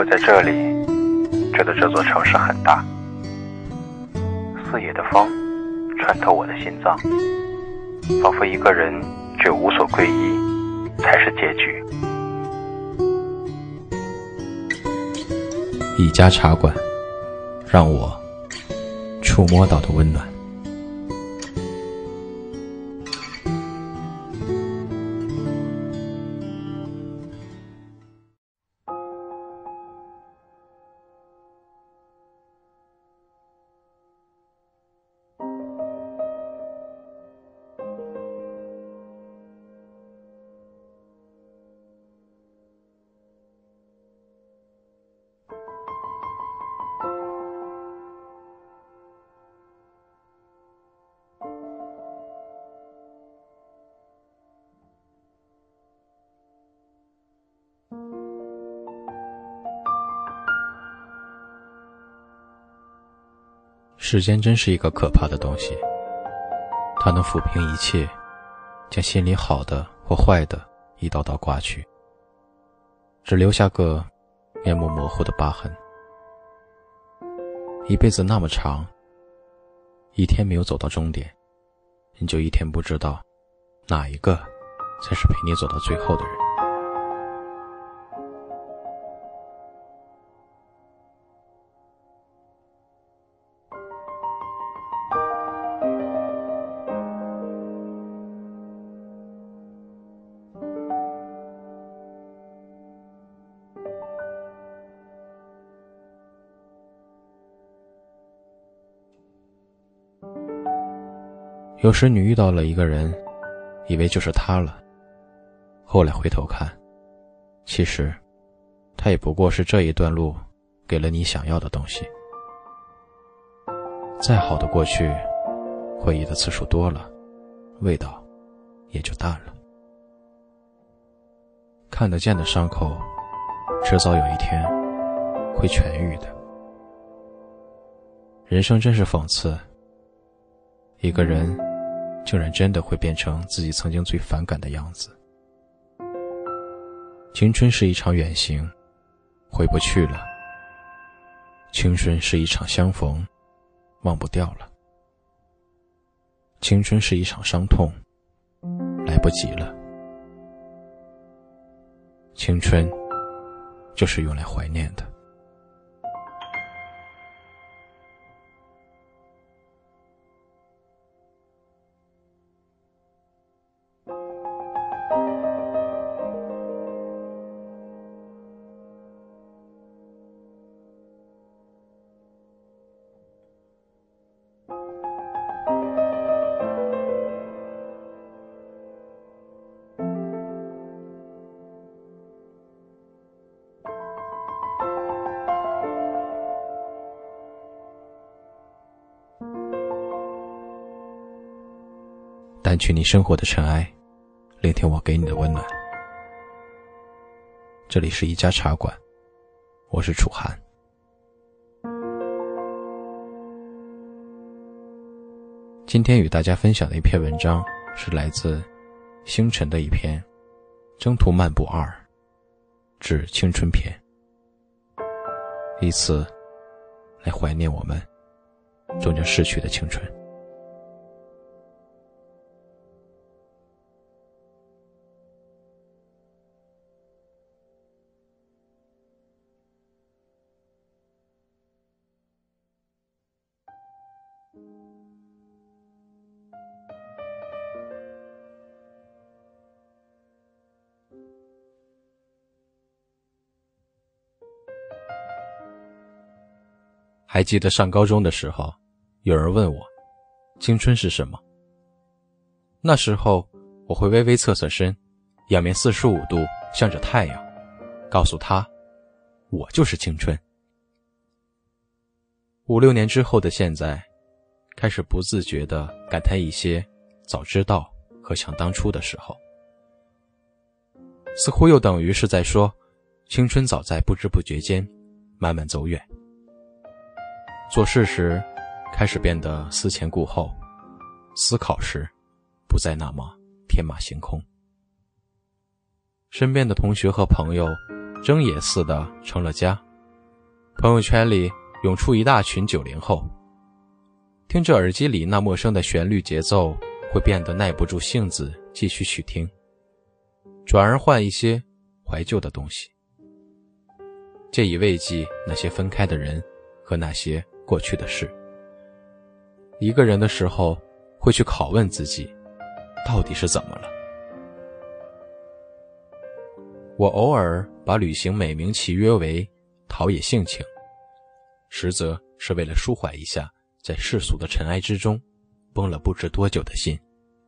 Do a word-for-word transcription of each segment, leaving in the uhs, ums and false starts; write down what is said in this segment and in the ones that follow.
我在这里觉得这座城市很大，四野的风穿透我的心脏，仿佛一个人只有无所归依才是结局。 一家茶馆，让我触摸到的温暖。时间真是一个可怕的东西，它能抚平一切，将心里好的或坏的一刀刀刮去，只留下个面目模糊的疤痕。一辈子那么长，一天没有走到终点，你就一天不知道哪一个才是陪你走到最后的人。有时你遇到了一个人，以为就是他了，后来回头看，其实他也不过是这一段路给了你想要的东西。再好的过去，回忆的次数多了，味道也就淡了。看得见的伤口，迟早有一天会痊愈的。人生真是讽刺，一个人竟然真的会变成自己曾经最反感的样子。青春是一场远行，回不去了；青春是一场相逢，忘不掉了；青春是一场伤痛，来不及了。青春就是用来怀念的。掸去你生活的尘埃，聆听我给你的温暖。这里是一家茶馆，我是楚涵。今天与大家分享的一篇文章是来自星辰的一篇《征途漫步二致青春篇》，以此来怀念我们终将逝去的青春。还记得上高中的时候，有人问我青春是什么。那时候我会微微侧侧身，仰面四十五度向着太阳，告诉他我就是青春。五六年之后的现在，开始不自觉地感叹一些早知道和想当初的时候，似乎又等于是在说青春早在不知不觉间慢慢走远。做事时开始变得思前顾后，思考时不再那么天马行空。身边的同学和朋友睁眼似的成了家， 朋友圈里涌出一大群九零后，听着耳机里那陌生的旋律节奏，会变得耐不住性子继续去听，转而换一些怀旧的东西，借以慰藉那些分开的人和那些过去的事。一个人的时候，会去拷问自己，到底是怎么了？我偶尔把旅行美名其曰为陶冶性情，实则是为了舒缓一下在世俗的尘埃之中绷了不知多久的心。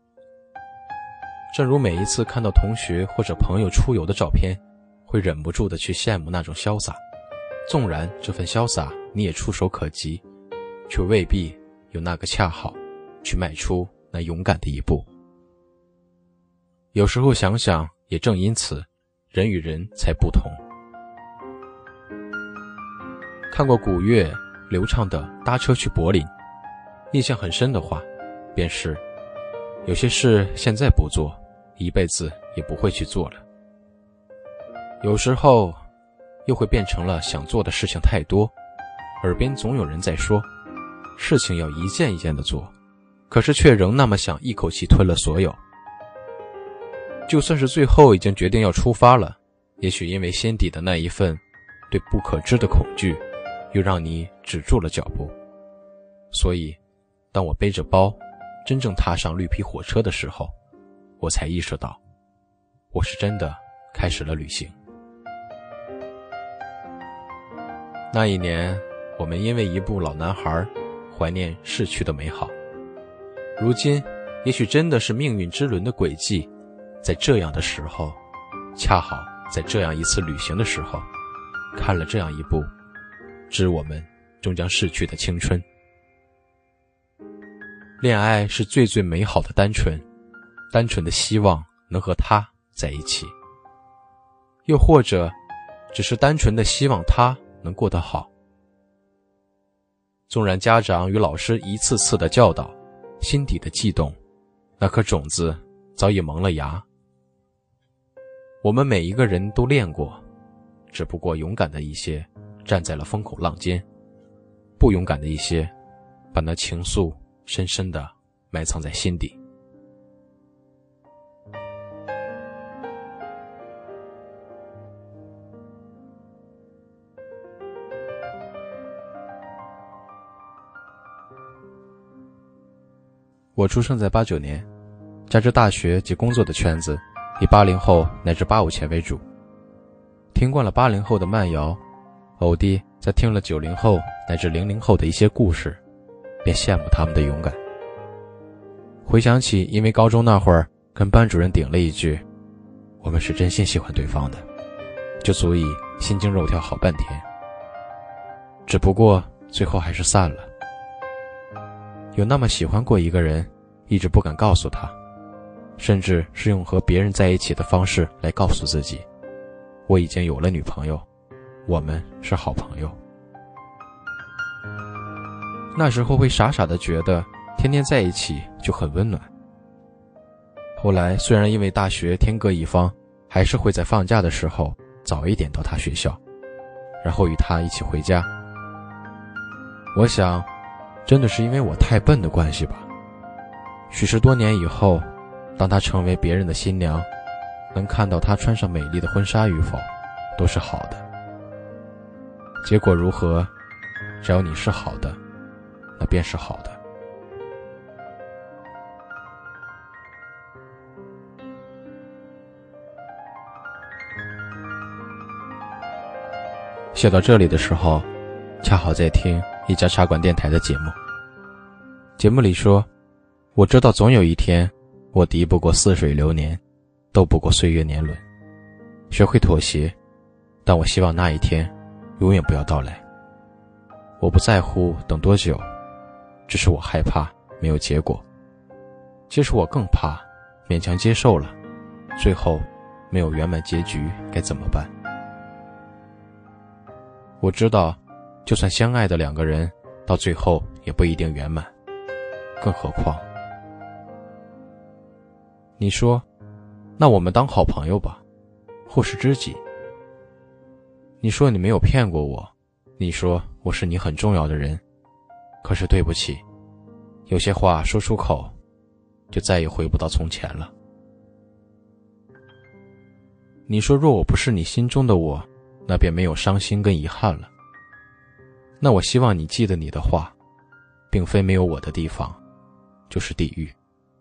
正如每一次看到同学或者朋友出游的照片，会忍不住地去羡慕那种潇洒，纵然这份潇洒你也触手可及，却未必有那个恰好去迈出那勇敢的一步。有时候想想，也正因此人与人才不同。看过古月流畅的搭车去柏林，印象很深的话便是，有些事现在不做，一辈子也不会去做了。有时候又会变成了想做的事情太多，耳边总有人在说事情要一件一件的做，可是却仍那么想一口气吞了所有。就算是最后已经决定要出发了，也许因为心底的那一份对不可知的恐惧，又让你止住了脚步。所以当我背着包真正踏上绿皮火车的时候，我才意识到，我是真的开始了旅行。那一年，我们因为一部老男孩怀念逝去的美好。如今也许真的是命运之轮的轨迹，在这样的时候，恰好在这样一次旅行的时候，看了这样一部致我们终将逝去的青春。恋爱是最最美好的单纯，单纯的希望能和他在一起，又或者只是单纯的希望他能过得好。纵然家长与老师一次次的教导，心底的悸动，那颗种子早已萌了芽。我们每一个人都练过，只不过勇敢的一些站在了风口浪尖，不勇敢的一些把那情愫深深地埋藏在心底。我出生在八九年，加之大学及工作的圈子以八零后乃至八五前为主，听惯了八零后的慢摇，偶地在听了九零后乃至零零后的一些故事，便羡慕他们的勇敢。回想起因为高中那会儿跟班主任顶了一句我们是真心喜欢对方的，就足以心惊肉跳好半天，只不过最后还是散了。有那么喜欢过一个人，一直不敢告诉他，甚至是用和别人在一起的方式来告诉自己，我已经有了女朋友，我们是好朋友。那时候会傻傻的觉得天天在一起就很温暖。后来虽然因为大学天各一方，还是会在放假的时候早一点到他学校，然后与他一起回家。我想真的是因为我太笨的关系吧，许是多年以后，当她成为别人的新娘，能看到她穿上美丽的婚纱与否，都是好的。结果如何，只要你是好的，那便是好的。写到这里的时候，恰好在听一家茶馆电台的节目。节目里说，我知道总有一天，我敌不过似水流年，斗不过岁月年轮，学会妥协，但我希望那一天永远不要到来。我不在乎等多久，只是我害怕没有结果。其实我更怕勉强接受了，最后没有圆满结局该怎么办。我知道就算相爱的两个人到最后也不一定圆满，更何况你说，那我们当好朋友吧，或是知己。你说你没有骗过我，你你说我是你很重要的人，可是对不起，有些话说出口，就再也回不到从前了。你说若我不是你心中的我，那便没有伤心跟遗憾了。那我希望你记得你的话，并非没有我的地方，就是地狱。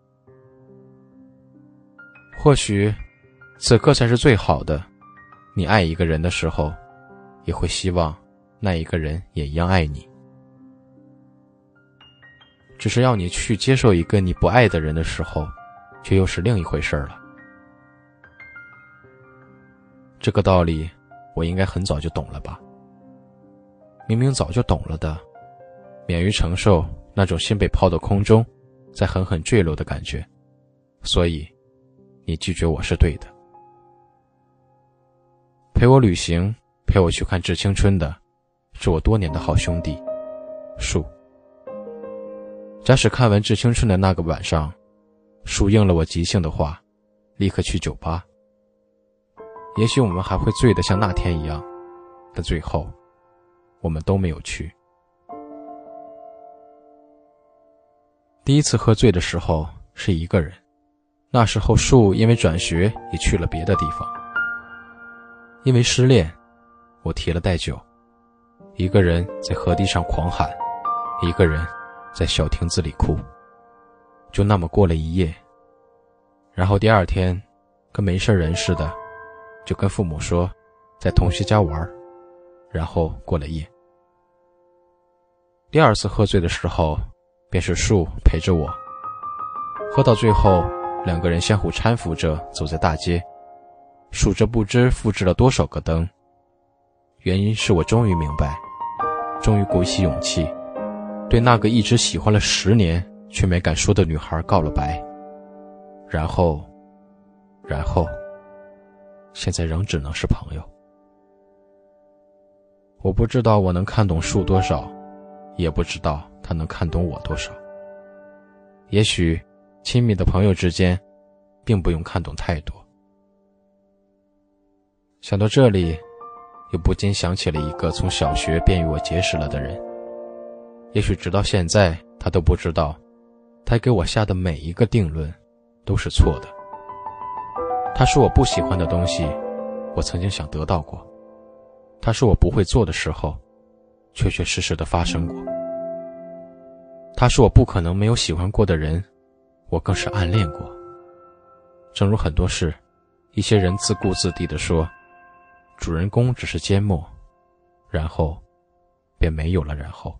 或许，此刻才是最好的。你爱一个人的时候，也会希望那一个人也一样爱你。只是要你去接受一个你不爱的人的时候，却又是另一回事了。这个道理，我应该很早就懂了吧？明明早就懂了的，免于承受那种心被抛到空中，再狠狠坠落的感觉。所以，你拒绝我是对的。陪我旅行，陪我去看《致青春》的，是我多年的好兄弟，树。假使看完《致青春》的那个晚上，树应了我即兴的话，立刻去酒吧。也许我们还会醉得像那天一样，但最后，我们都没有去。第一次喝醉的时候是一个人，那时候树因为转学也去了别的地方。因为失恋，我提了带酒，一个人在河堤上狂喊，一个人在小亭子里哭，就那么过了一夜。然后第二天跟没事人似的，就跟父母说在同学家玩，然后过了夜。第二次喝醉的时候，便是树陪着我，喝到最后，两个人相互搀扶着走在大街，数着不知复制了多少个灯。原因是我终于明白，终于鼓起勇气，对那个一直喜欢了十年却没敢说的女孩告了白。然后，然后，现在仍只能是朋友。我不知道我能看懂树多少，也不知道他能看懂我多少。也许，亲密的朋友之间，并不用看懂太多。想到这里，又不禁想起了一个从小学便与我结识了的人。也许直到现在，他都不知道，他给我下的每一个定论都是错的。他说我不喜欢的东西，我曾经想得到过；他说我不会做的时候，确确实实的发生过。他说我不可能没有喜欢过的人，我更是暗恋过。正如很多事，一些人自顾自地地说，主人公只是缄默，然后便没有了然后。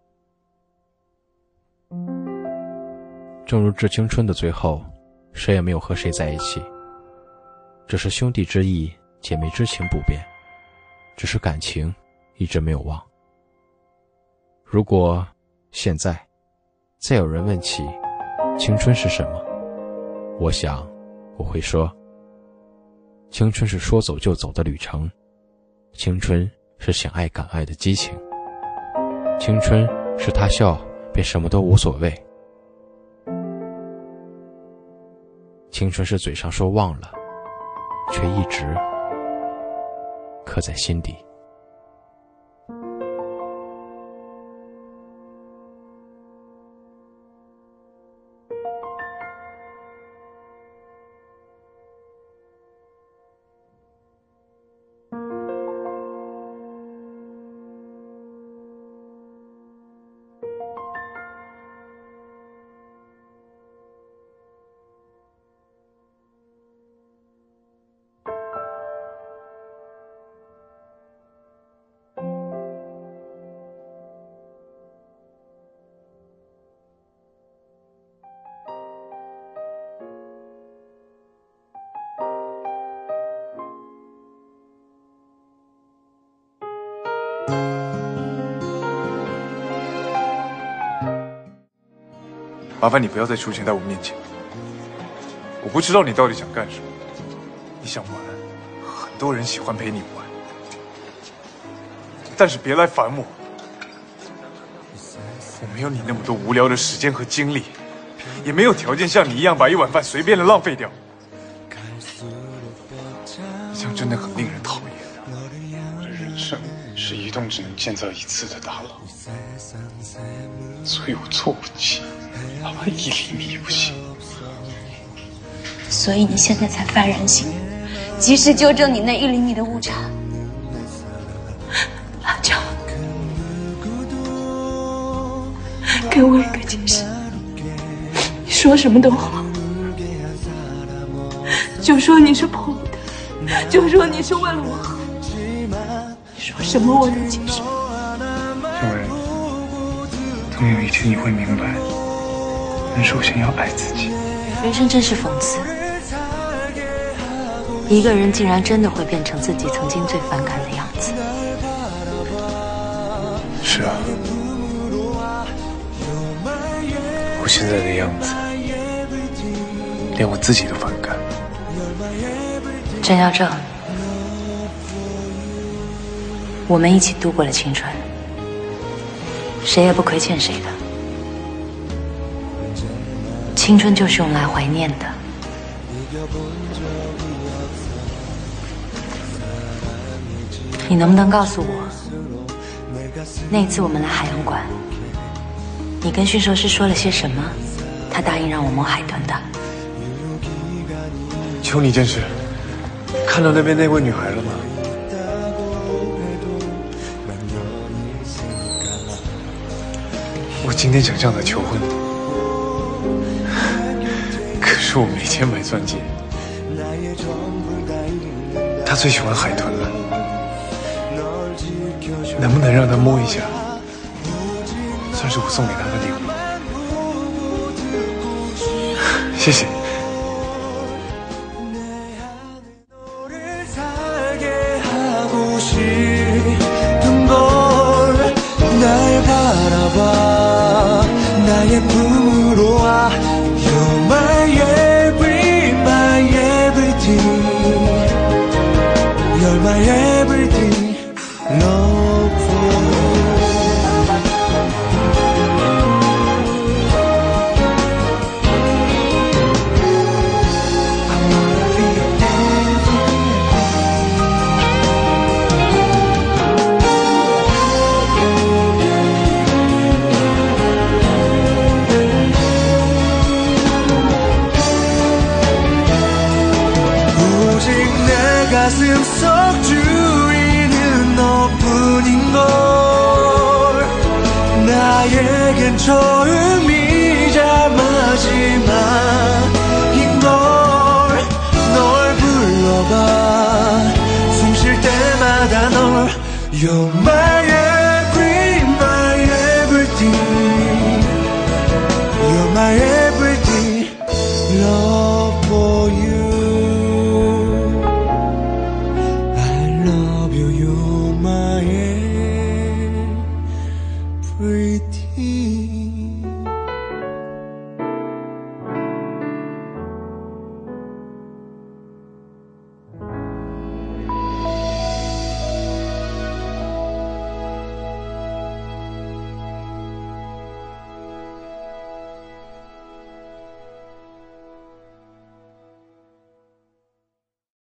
正如《致青春》的最后，谁也没有和谁在一起，只是兄弟之义，姐妹之情不变，只是感情一直没有忘。如果现在再有人问起青春是什么，我想我会说，青春是说走就走的旅程，青春是想爱敢爱的激情，青春是他笑便什么都无所谓，青春是嘴上说忘了，却一直刻在心底。 麻烦你不要再出现在我面前。我不知道你到底想干什么。你想玩，很多人喜欢陪你玩，但是别来烦我。我没有你那么多无聊的时间和精力，也没有条件像你一样把一碗饭随便的浪费掉。你这样真的很令人讨厌。这人生生是一栋只能建造一次的大楼，所以我做不起，哪怕一厘米也不行。 所以你现在才幡然醒悟，及时纠正你那一厘米的误差。阿娇，给我一个解释，你说什么都好，就说你是迫不得，就说你是为了我好，你说什么我都接受。 因为总有一天你会明白，人首先要爱自己。 人生真是讽刺，一个人竟然真的会变成自己曾经最反感的样子。 是啊，我现在的样子，连我自己都反感。 郑耀正，我们一起度过了青春，谁也不亏欠谁的。青春就是用来怀念的。你能不能告诉我，那一次我们来海洋馆，你跟驯兽师说了些什么？他答应让我摸海豚的。 求你一件事，看到那边那位女孩了吗？我今天想向她求婚，可是我没钱买钻戒。她最喜欢海豚了，能不能让她摸一下，算是我送给她的礼物？谢谢。 나에겐 처음이자 마지막인 걸 널 불러봐 숨 쉴 때마다 널 You're my every, my everything You're my everything Love for you I love you, you're my everything